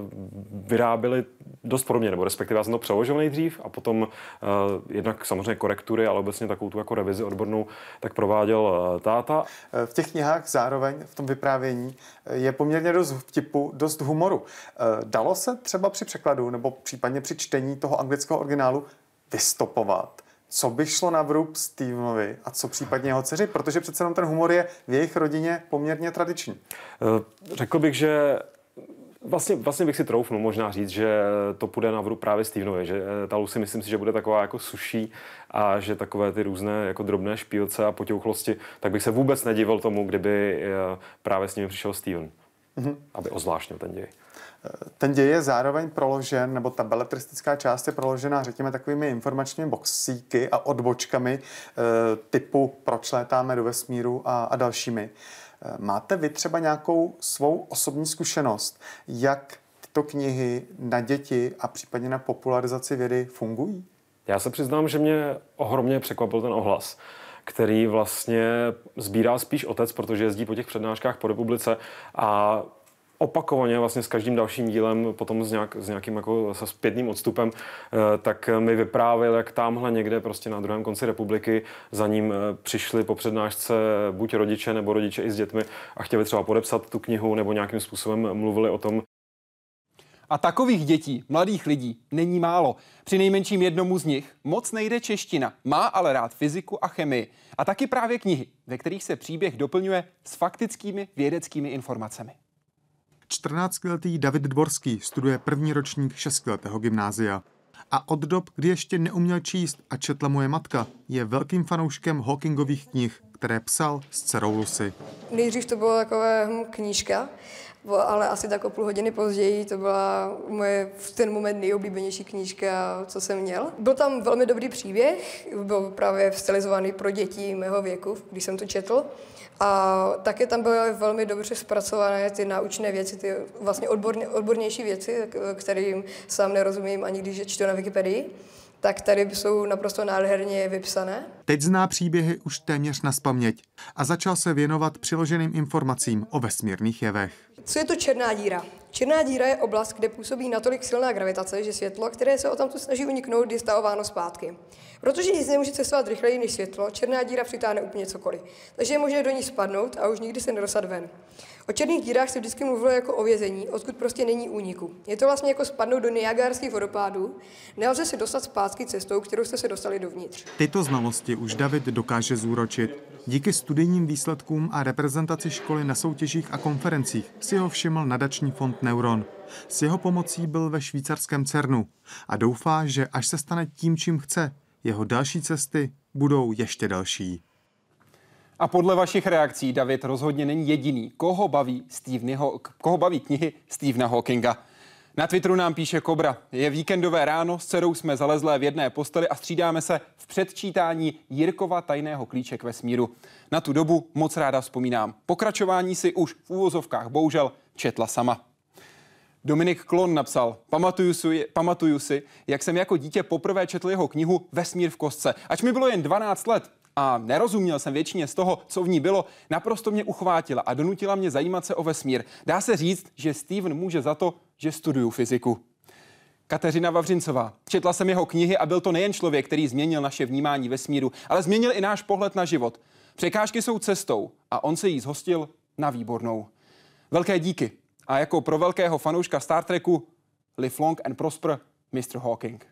vyráběli dost podobně, nebo respektive já jsem to přeložil nejdřív a potom uh, jednak samozřejmě korektury, ale obecně takovou tu jako revizi odbornou tak prováděl uh, táta.
V těch knihách zároveň v tom vyprávění je poměrně dost vtipu, dost humoru. Uh, dalo se třeba při překladu nebo případně při čtení toho anglického originálu vystopovat, co by šlo na vrub Stevenovi a co případně jeho dceři, protože přece jenom ten humor je v jejich rodině poměrně tradiční.
Řekl bych, že vlastně, vlastně bych si troufnul možná říct, že to půjde na vrub právě Stevenovi, že ta Lucy myslím si, že bude taková jako suší a že takové ty různé jako drobné špílce a potěuchlosti, tak bych se vůbec nedivil tomu, kdyby právě s nimi přišel Steven, mm-hmm. aby ozvláštnil ten děj.
Ten děj je zároveň proložen, nebo ta beletristická část je proložená, řekněme, takovými informačními boxíky a odbočkami e, typu proč létáme do vesmíru a, a dalšími. E, máte vy třeba nějakou svou osobní zkušenost, jak tyto knihy na děti a případně na popularizaci vědy fungují?
Já se přiznám, že mě ohromně překvapil ten ohlas, který vlastně sbírá spíš otec, protože jezdí po těch přednáškách po republice a opakovaně vlastně s každým dalším dílem, potom s, nějak, s nějakým jako se zpětným odstupem, tak mi vyprávěl, jak tamhle někde prostě na druhém konci republiky za ním přišli po přednášce buď rodiče nebo rodiče i s dětmi a chtěli třeba podepsat tu knihu nebo nějakým způsobem mluvili o tom.
A takových dětí, mladých lidí, není málo. Při nejmenším jednomu z nich moc nejde čeština, má ale rád fyziku a chemii. A taky právě knihy, ve kterých se příběh doplňuje s faktickými vědeckými informacemi.
čtrnáctiletý David Dvorský studuje první ročník šestiletého gymnázia. A od dob, kdy ještě neuměl číst a četla mu je matka, je velkým fanouškem Hawkingových knih, které psal s dcerou Lucy.
Nejdřív to byla taková hm, knížka, ale asi tak o půl hodiny později to byla moje v ten moment nejoblíbenější knížka, co jsem měl. Byl tam velmi dobrý příběh, byl právě stylizovaný pro děti mého věku, když jsem to četl. A také tam byly velmi dobře zpracované ty naučné věci, ty vlastně odborně, odbornější věci, kterým sám nerozumím, ani když je čtu na Wikipedii. tak tady jsou naprosto nádherně vypsané.
Teď zná příběhy už téměř nazpaměť a začal se věnovat přiloženým informacím o vesmírných jevech.
Co je to černá díra? Černá díra je oblast, kde působí natolik silná gravitace, že světlo, které se odtamtud snaží uniknout, je stavováno zpátky. Protože nic nemůže cestovat rychleji než světlo, černá díra přitáhne úplně cokoliv. Takže je možné do ní spadnout a už nikdy se nedostat ven. O černých dírách se vždycky mluvilo jako o vězení, odkud prostě není úniku. Je to vlastně jako spadnout do Niagarských vodopádů, nelze se dostat zpátky cestou, kterou jste se dostali dovnitř.
Tyto znalosti už David dokáže zúročit. Díky studijním výsledkům a reprezentaci školy na soutěžích a konferencích si ho všiml nadační fond Neuron. S jeho pomocí byl ve švýcarském CERNu a doufá, že až se stane tím, čím chce, jeho další cesty budou ještě další.
A podle vašich reakcí David rozhodně není jediný, koho baví, Stephenho, koho baví knihy Stephena Hawkinga. Na Twitteru nám píše Kobra. Je víkendové ráno, s dcerou jsme zalezlé v jedné posteli a střídáme se v předčítání Jirkova tajného klíče k vesmíru. Na tu dobu moc ráda vzpomínám. Pokračování si už v úvozovkách bohužel četla sama. Dominik Klon napsal, pamatuju si, pamatuju si, jak jsem jako dítě poprvé četl jeho knihu Vesmír v kostce. Ač mi bylo jen dvanáct let a nerozuměl jsem většině z toho, co v ní bylo, naprosto mě uchvátila a donutila mě zajímat se o vesmír. Dá se říct, že Steven může za to, že studuju fyziku. Kateřina Vavřincová. Četla jsem jeho knihy a byl to nejen člověk, který změnil naše vnímání vesmíru, ale změnil i náš pohled na život. Překážky jsou cestou a on se jí zhostil na výbornou. Velké díky. A jako pro velkého fanouška Star Treku, live long and prosper, mister Hawking.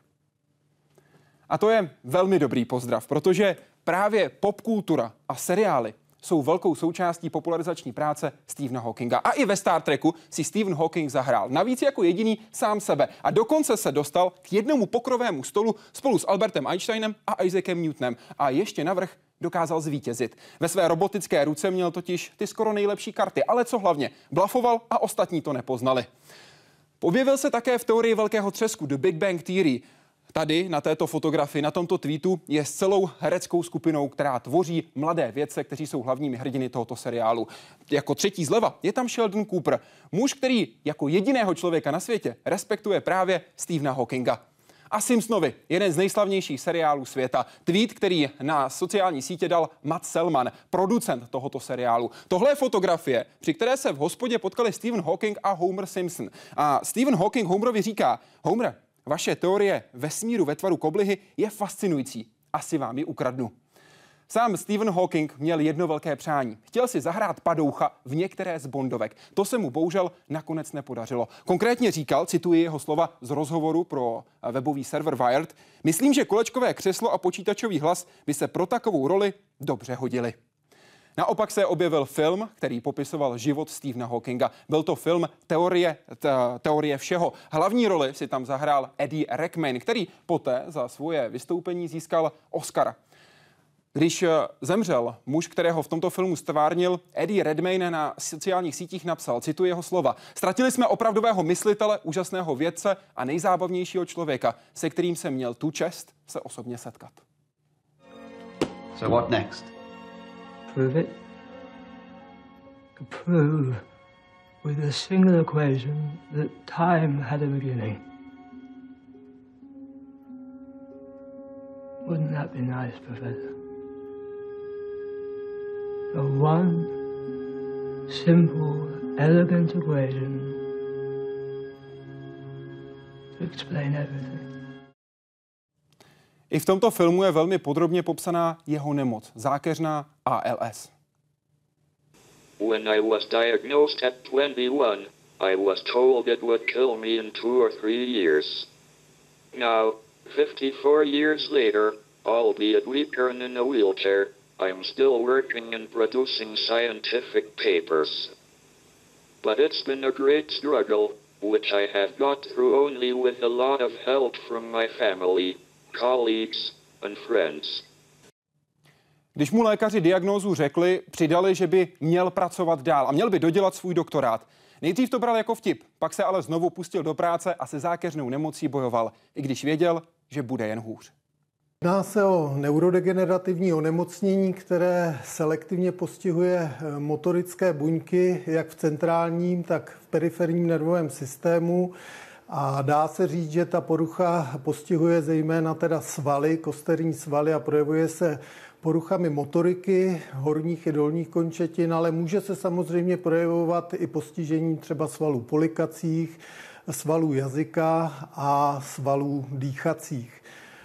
A to je velmi dobrý pozdrav, protože právě popkultura a seriály jsou velkou součástí popularizační práce Stephena Hawkinga. A i ve Star Treku si Stephen Hawking zahrál. Navíc jako jediný sám sebe. A dokonce se dostal k jednomu pokrovému stolu spolu s Albertem Einsteinem a Isaakem Newtonem. A ještě navrch dokázal zvítězit. Ve své robotické ruce měl totiž ty skoro nejlepší karty, ale co hlavně, blafoval a ostatní to nepoznali. Objevil se také v teorii velkého třesku, The Big Bang Theory. Tady na této fotografii, na tomto tweetu je s celou hereckou skupinou, která tvoří mladé vědce, kteří jsou hlavními hrdiny tohoto seriálu. Jako třetí zleva je tam Sheldon Cooper, muž, který jako jediného člověka na světě respektuje právě Stephena Hawkinga. A Simpsonovi, jeden z nejslavnějších seriálů světa. Tweet, který na sociální sítě dal Matt Selman, producent tohoto seriálu. Tohle je fotografie, při které se v hospodě potkali Stephen Hawking a Homer Simpson. A Stephen Hawking Homerovi říká, Homer, vaše teorie vesmíru ve tvaru koblihy je fascinující. Asi vám ji ukradnu. Sám Stephen Hawking měl jedno velké přání. Chtěl si zahrát padoucha v některé z Bondovek. To se mu bohužel nakonec nepodařilo. Konkrétně říkal, cituji jeho slova z rozhovoru pro webový server Wired, myslím, že kolečkové křeslo a počítačový hlas by se pro takovou roli dobře hodili. Naopak se objevil film, který popisoval život Stephena Hawkinga. Byl to film Teorie, teorie všeho. Hlavní roli si tam zahrál Eddie Redmayne, který poté za svoje vystoupení získal Oscara. Když zemřel muž, kterého v tomto filmu stvárnil, Eddie Redmayne na sociálních sítích napsal, cituji jeho slova, ztratili jsme opravdového myslitele, úžasného vědce a nejzábavnějšího člověka, se kterým jsem měl tu čest se osobně setkat.
So what next?
Prove it. Prove with a single equation that time had a beginning. Wouldn't that be nice, Professor? A one simple, elegant equation to explain everything.
I v tomto filmu je velmi podrobně popsaná jeho nemoc, zákeřná A L S.
When I was diagnosed at twenty-one, I was told it would kill me in two or three years. Now, fifty-four years later, albeit weaker and in a wheelchair, I'm still working and producing scientific papers. But it's been a great struggle, which I have got through only with a lot of help from my family, colleagues and friends.
Když mu lékaři diagnózu řekli, přidali, že by měl pracovat dál a měl by dodělat svůj doktorát. Nejdřív to bral jako vtip, pak se ale znovu pustil do práce a se zákeřnou nemocí bojoval, i když věděl, že bude jen hůř.
Jedná se o neurodegenerativní onemocnění, které selektivně postihuje motorické buňky jak v centrálním, tak v periferním nervovém systému A dá se říct, že ta porucha postihuje zejména teda svaly, kosterní svaly a projevuje se poruchami motoriky, horních i dolních končetin, ale může se samozřejmě projevovat i postižením třeba svalů polikacích, svalů jazyka a svalů dýchacích.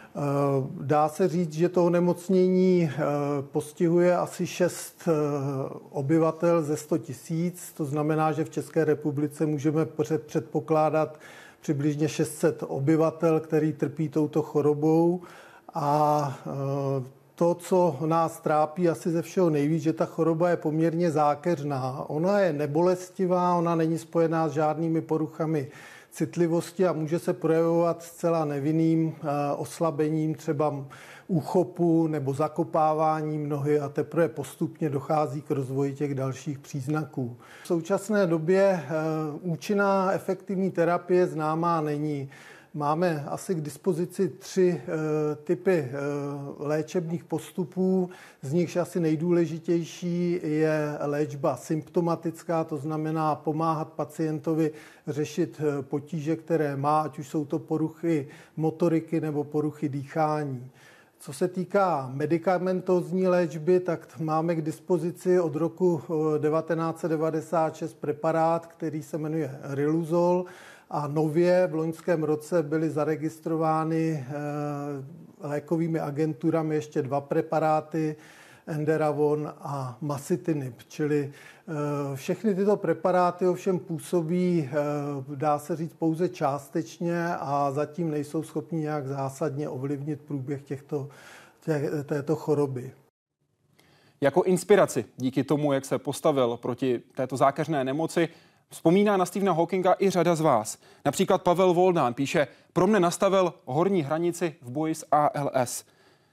Dá se říct, že to onemocnění postihuje asi šest obyvatel ze sto tisíc, to znamená, že v České republice můžeme předpokládat přibližně šest set obyvatel, který trpí touto chorobou. A to, co nás trápí asi ze všeho nejvíc, že ta choroba je poměrně zákeřná. Ona je nebolestivá, ona není spojená s žádnými poruchami citlivosti a může se projevovat zcela nevinným oslabením třeba úchopu nebo zakopáváním nohy a teprve postupně dochází k rozvoji těch dalších příznaků. V současné době účinná efektivní terapie známá není. Máme asi k dispozici tři e, typy e, léčebných postupů, z nichž asi nejdůležitější je léčba symptomatická, to znamená pomáhat pacientovi řešit potíže, které má, ať už jsou to poruchy motoriky nebo poruchy dýchání. Co se týká medikamentózní léčby, tak máme k dispozici od roku devatenáct set devadesát šest preparát, který se jmenuje Riluzol, a nově v loňském roce byly zaregistrovány lékovými agenturami ještě dva preparáty, Enderavon a Masitinib. Čili všechny tyto preparáty ovšem působí, dá se říct, pouze částečně a zatím nejsou schopni nějak zásadně ovlivnit průběh těchto, tě, této choroby.
Jako inspiraci díky tomu, jak se postavil proti této zákeřné nemoci, vzpomíná na Stephena Hawkinga i řada z vás. Například Pavel Voldán píše, pro mne nastavil horní hranici v boji s A L S.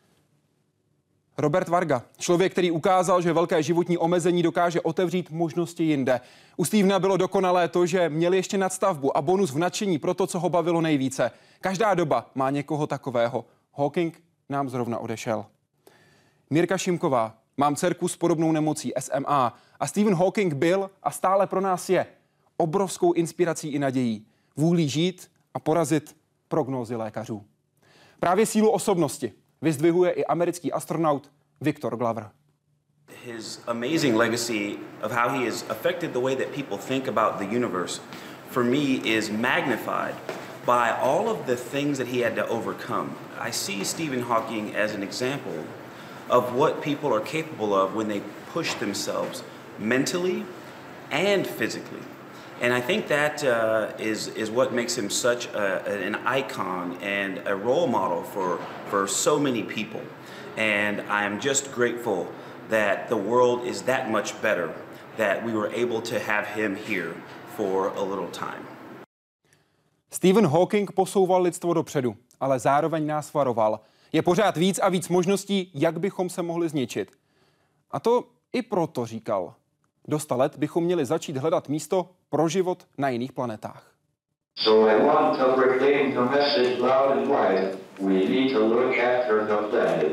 Robert Varga, člověk, který ukázal, že velké životní omezení dokáže otevřít možnosti jinde. U Stephena bylo dokonalé to, že měl ještě nadstavbu a bonus v nadšení pro to, co ho bavilo nejvíce. Každá doba má někoho takového. Hawking nám zrovna odešel. Mirka Šimková, mám dcerku s podobnou nemocí S M A a Stephen Hawking byl a stále pro nás je obrovskou inspirací i nadějí. Vůlí žít a porazit prognózy lékařů. Právě sílu osobnosti vyzdvihuje i americký astronaut Victor Glover.
His amazing legacy of how he has affected the way that people think about the universe, for me, is magnified by all of the things that he had to overcome. I see Stephen Hawking as an example of what people are capable of when they push themselves mentally and physically. And I think that uh, is, is what makes him such a, an icon and a role model for, for so many people. And I'm just grateful that the world is that much better, that we were able to have him here for a little time.
Stephen Hawking posouval lidstvo dopředu, ale zároveň nás varoval. Je pořád víc a víc možností, jak bychom se mohli zničit. A to i proto říkal. Do sta let bychom měli začít hledat místo pro život na jiných planetách.
So I want to proclaim the message loud and wide. We need to look after the planet.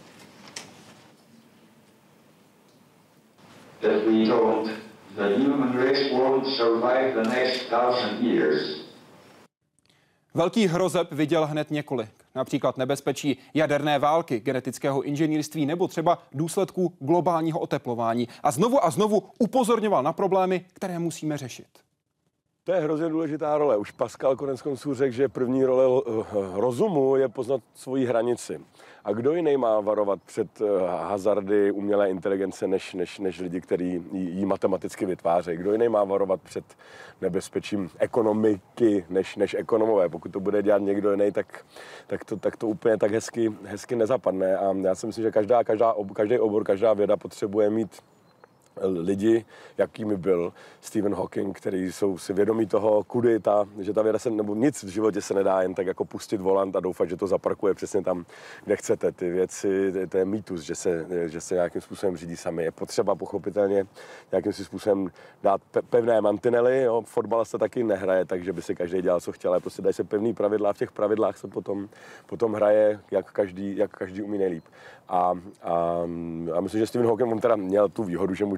If we don't, the human race won't survive the next thousand years.
Velkých hrozeb viděl hned několik. Například nebezpečí jaderné války, genetického inženýrství nebo třeba důsledků globálního oteplování. A znovu a znovu upozorňoval na problémy, které musíme řešit.
To je hrozně důležitá role. Už Pascal konec konců řekl, že první role rozumu je poznat svoji hranici. A kdo jiný má varovat před hazardy umělé inteligence, než, než, než lidi, kteří ji matematicky vytvářejí? Kdo jiný má varovat před nebezpečím ekonomiky, než, než ekonomové? Pokud to bude dělat někdo jiný, tak, tak, to, tak to úplně tak hezky, hezky nezapadne. A já si myslím, že každá, každá, každý obor, každá věda potřebuje mít lidi, jakými byl Stephen Hawking, který jsou si vědomí toho, kudy ta, že ta věda se, nebo nic v životě se nedá jen tak jako pustit volant a doufat, že to zaparkuje přesně tam, kde chcete. Ty věci, to je mýtus, že se, že se nějakým způsobem řídí sami. Je potřeba pochopitelně nějakým způsobem dát pe- pevné mantinely. Jo. Fotbal se taky nehraje, takže by si každý dělal, co chtěl, ale prostě dají se pevný pravidla a v těch pravidlách se potom, potom hraje, jak každý, jak každý umí nejlíp. A, a, a myslím, že Stephen Hawking on teda měl tu výhodu, že mu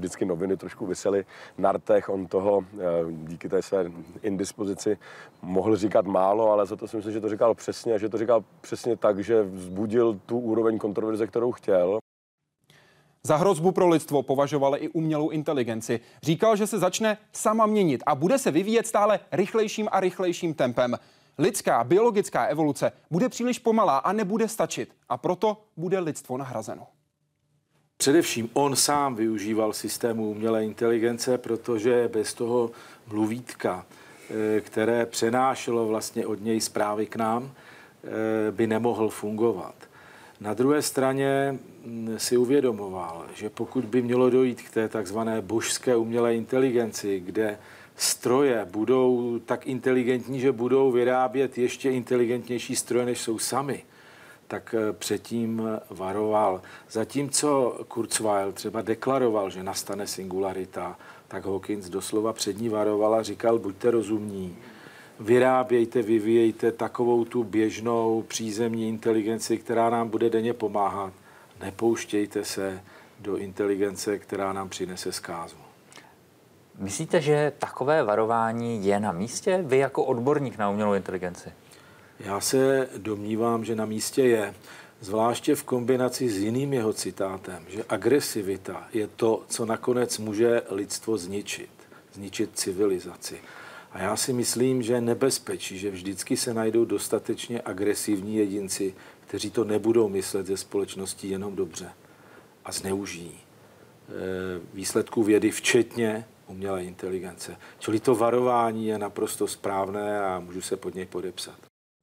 vždycky noviny trošku visely na rtech. On toho díky té své indispozici mohl říkat málo, ale za to si myslím, že to říkal přesně a že to říkal přesně tak, že vzbudil tu úroveň kontroverze, kterou chtěl.
Za hrozbu pro lidstvo považoval i umělou inteligenci. Říkal, že se začne sama měnit a bude se vyvíjet stále rychlejším a rychlejším tempem. Lidská biologická evoluce bude příliš pomalá a nebude stačit. A proto bude lidstvo nahrazeno.
Především on sám využíval systému umělé inteligence, protože bez toho mluvítka, které přenášelo vlastně od něj zprávy k nám, by nemohl fungovat. Na druhé straně si uvědomoval, že pokud by mělo dojít k té takzvané božské umělé inteligenci, kde stroje budou tak inteligentní, že budou vyrábět ještě inteligentnější stroje, než jsou sami, tak předtím varoval. Zatímco Kurzweil třeba deklaroval, že nastane singularita, tak Hawkins doslova před ní varoval a říkal, buďte rozumní, vyrábějte, vyvíjejte takovou tu běžnou přízemní inteligenci, která nám bude denně pomáhat. Nepouštějte se do inteligence, která nám přinese zkázu.
Myslíte, že takové varování je na místě? Vy jako odborník na umělou inteligenci?
Já se domnívám, že na místě je. Zvláště v kombinaci s jiným jeho citátem, že agresivita je to, co nakonec může lidstvo zničit. Zničit civilizaci. A já si myslím, že je nebezpečí, že vždycky se najdou dostatečně agresivní jedinci, kteří to nebudou myslet ze společností jenom dobře a zneužijí výsledků vědy, včetně umělé inteligence. Čili to varování je naprosto správné a můžu se pod něj podepsat.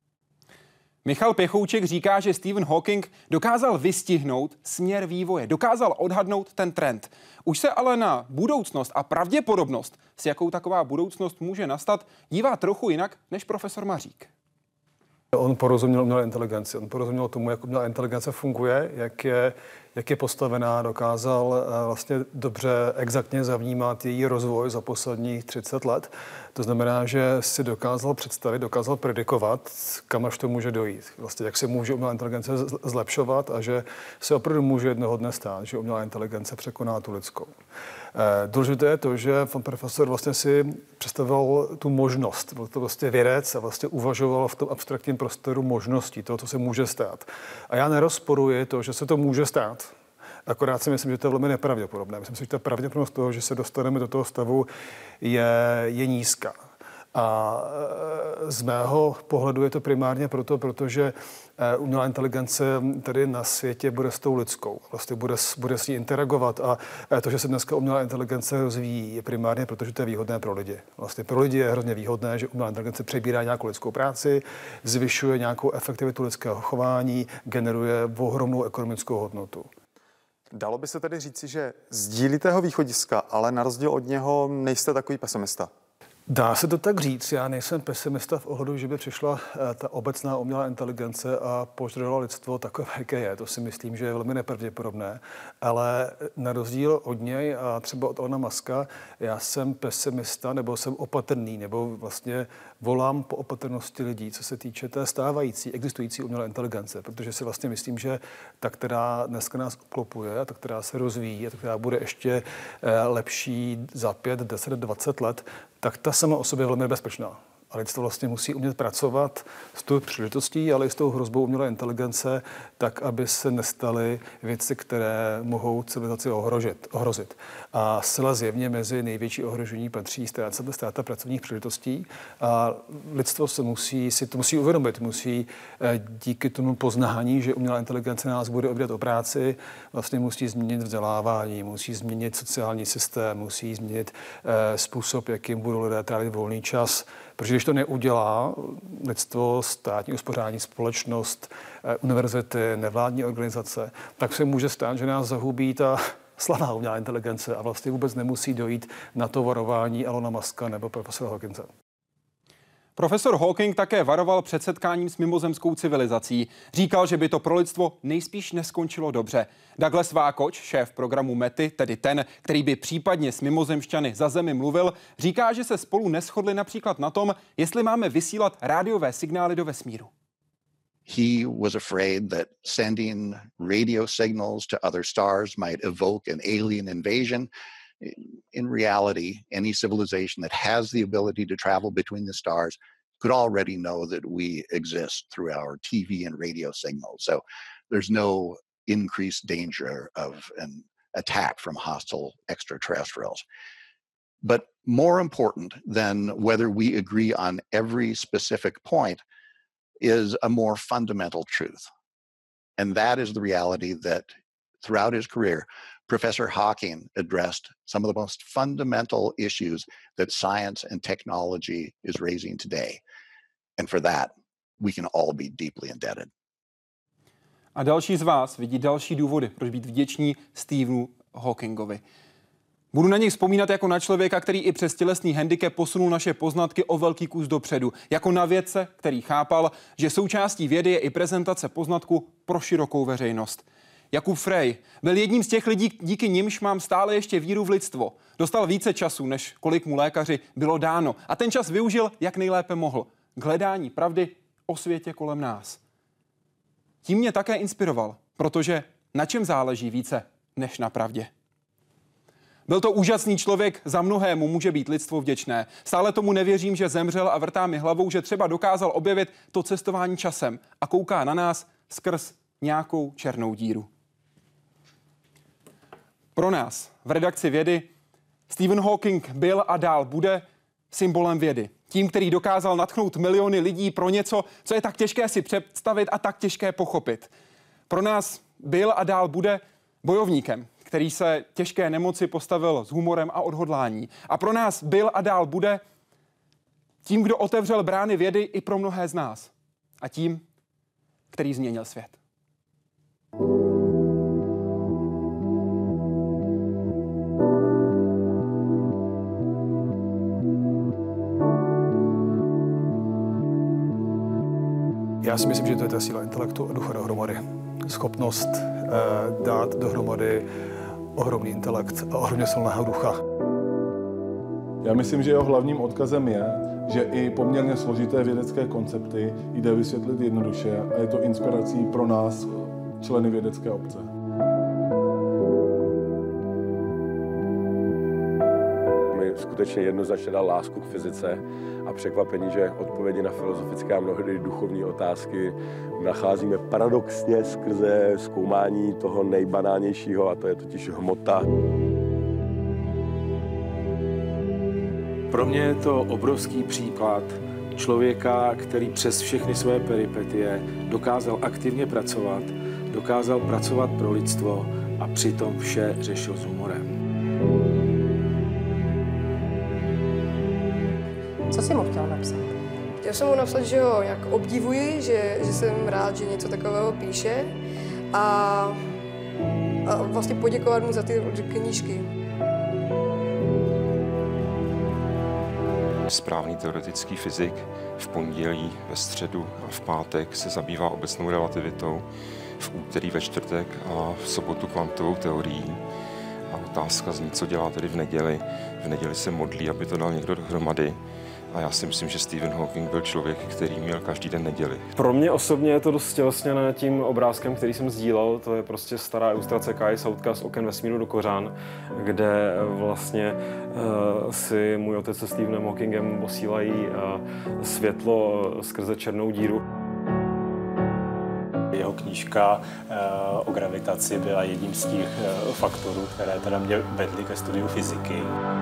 Michal Pěchouček říká, že Stephen Hawking dokázal vystihnout směr vývoje, dokázal odhadnout ten trend. Už se ale na budoucnost a pravděpodobnost, s jakou taková budoucnost může nastat, dívá trochu jinak než profesor Mařík.
On porozuměl umělé inteligenci, on porozuměl tomu, jak umělá inteligence funguje, jak je, jak je postavená, dokázal vlastně dobře, exaktně zavnímat její rozvoj za posledních třicet let. To znamená, že si dokázal představit, dokázal predikovat, kam až to může dojít. Vlastně jak se může umělá inteligence zlepšovat a že se opravdu může jednoho dne stát, že umělá inteligence překoná tu lidskou. Důležité je to, že pan profesor vlastně si představoval tu možnost. Byl to vlastně vědec a vlastně uvažoval v tom abstraktním prostoru možností, toho, co se může stát. A já nerozporuji to, že se to může stát. Akorát si myslím, že to je velmi nepravděpodobné. Myslím si, že ta pravděpodobnost toho, že se dostaneme do toho stavu, je, je nízká. A z mého pohledu je to primárně proto, protože umělá inteligence tady na světě bude s tou lidskou. Vlastně bude, bude s ní interagovat a to, že se dneska umělá inteligence rozvíjí, je primárně proto, že to je výhodné pro lidi. Vlastně pro lidi je hrozně výhodné, že umělá inteligence přebírá nějakou lidskou práci, zvyšuje nějakou efektivitu lidského chování, generuje ohromnou ekonomickou hodnotu.
Dalo by se tedy říci, že sdílíte jeho východiska, ale na rozdíl od něho nejste takový pesimista?
Dá se to tak říct. Já nejsem pesimista v ohledu, že by přišla ta obecná umělá inteligence a požrala lidstvo takové, jaké je. To si myslím, že je velmi nepravděpodobné. Ale na rozdíl od něj a třeba od Elona Muska, já jsem pesimista, nebo jsem opatrný, nebo vlastně volám po opatrnosti lidí, co se týče té stávající, existující umělé inteligence. Protože si vlastně myslím, že ta, která dneska nás obklopuje, a ta, která se rozvíjí, a ta, která bude ještě lepší za pět, deset, dvacet let, tak ta sama o sobě je velmi nebezpečná. A lidstvo vlastně musí umět pracovat s tou příležitostí, ale i s tou hrozbou umělé inteligence, tak, aby se nestaly věci, které mohou civilizaci ohrožit, ohrozit. A zcela zjevně mezi největší ohrožení patří ztráta, ztráta pracovních příležitostí. A lidstvo se musí, si to musí uvědomit, musí díky tomu poznání, že umělá inteligence nás bude obírat o práci, vlastně musí změnit vzdělávání, musí změnit sociální systém, musí změnit eh, způsob, jakým budou lidé trávit volný čas. Protože když to neudělá lidstvo, státní uspořádání, společnost, univerzity, nevládní organizace, tak se může stát, že nás zahubí ta slavná umělá inteligence a vlastně vůbec nemusí dojít na to varování Elona Muska nebo profesora Hawkinse.
Profesor Hawking také varoval před setkáním s mimozemskou civilizací. Říkal, že by to pro lidstvo nejspíš neskončilo dobře. Douglas Vákoč, šéf programu METY, tedy ten, který by případně s mimozemšťany za Zemi mluvil, říká, že se spolu neshodli například na tom, jestli máme vysílat rádiové signály do vesmíru.
He was afraid that sending radio signals to other stars might evoke an alien invasion. in reality, any civilization that has the ability to travel between the stars could already know that we exist through our T V and radio signals. So there's no increased danger of an attack from hostile extraterrestrials. But more important than whether we agree on every specific point is a more fundamental truth. And that is the reality that throughout his career, Professor Hawking addressed some of the most fundamental issues that science and technology is raising today. And for that, we can all be deeply indebted.
A další z vás vidí další důvody, proč být vděční Stephenu Hawkingovi. Budu na něj vzpomínat jako na člověka, který i přes tělesný handicap posunul naše poznatky o velký kus dopředu. Jako na vědce, který chápal, že součástí vědy je i prezentace poznatku pro širokou veřejnost. Jakub Frey byl jedním z těch lidí, díky nimž mám stále ještě víru v lidstvo. Dostal více času, než kolik mu lékaři bylo dáno. A ten čas využil, jak nejlépe mohl. K hledání pravdy o světě kolem nás. Tím mě také inspiroval, protože na čem záleží více než na pravdě. Byl to úžasný člověk, za mnohé mu může být lidstvo vděčné. Stále tomu nevěřím, že zemřel a vrtá mi hlavou, že třeba dokázal objevit to cestování časem a kouká na nás skrz nějakou černou díru. Pro nás v redakci Vědy Stephen Hawking byl a dál bude symbolem vědy. Tím, který dokázal nadchnout miliony lidí pro něco, co je tak těžké si představit a tak těžké pochopit. Pro nás byl a dál bude bojovníkem, který se těžké nemoci postavil s humorem a odhodlání. A pro nás byl a dál bude tím, kdo otevřel brány vědy i pro mnohé z nás. A tím, který změnil svět.
Já si myslím, že to je ta síla intelektu a ducha dohromady. Schopnost eh, dát dohromady ohromný intelekt a ohromně silného ducha.
Já myslím, že jeho hlavním odkazem je, že i poměrně složité vědecké koncepty jde vysvětlit jednoduše a je to inspirací pro nás, členy vědecké obce.
Mi skutečně jednoznačně dal lásku k fyzice a překvapení, že odpovědi na filozofické a mnohdy duchovní otázky nacházíme paradoxně skrze zkoumání toho nejbanálnějšího, a to je totiž hmota.
Pro mě je to obrovský příklad člověka, který přes všechny své peripetie dokázal aktivně pracovat, dokázal pracovat pro lidstvo a přitom vše řešil s humorem.
Co jsi mu chtěl napsat?
Chtěl jsem mu napsat, že ho nějak obdivuji, že, že jsem rád, že něco takového píše a, a vlastně poděkovat mu za ty knížky.
Správný teoretický fyzik v pondělí, ve středu a v pátek se zabývá obecnou relativitou, v úterý, ve čtvrtek a v sobotu kvantovou teorií. A otázka zní, co dělá tedy v neděli. V neděli se modlí, aby to dal někdo dohromady. A já si myslím, že Stephen Hawking byl člověk, který měl každý den neděli.
Pro mě osobně je to dost tělesněné tím obrázkem, který jsem sdílel. To je prostě stará ilustrace Kai Sautka z Oken vesmíru do kořán, kde vlastně uh, si můj otec se Stephenem Hawkingem posílají uh, světlo skrze černou díru.
Jeho knížka uh, o gravitaci byla jedním z těch uh, faktorů, které teda mě vedly ke studiu fyziky.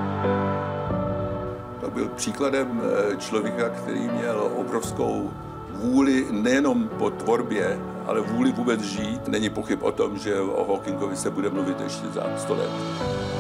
Byl příkladem člověka, který měl obrovskou vůli nejenom po tvorbě, ale vůli vůbec žít. Není pochyb o tom, že o Hawkingovi se bude mluvit ještě za sto let.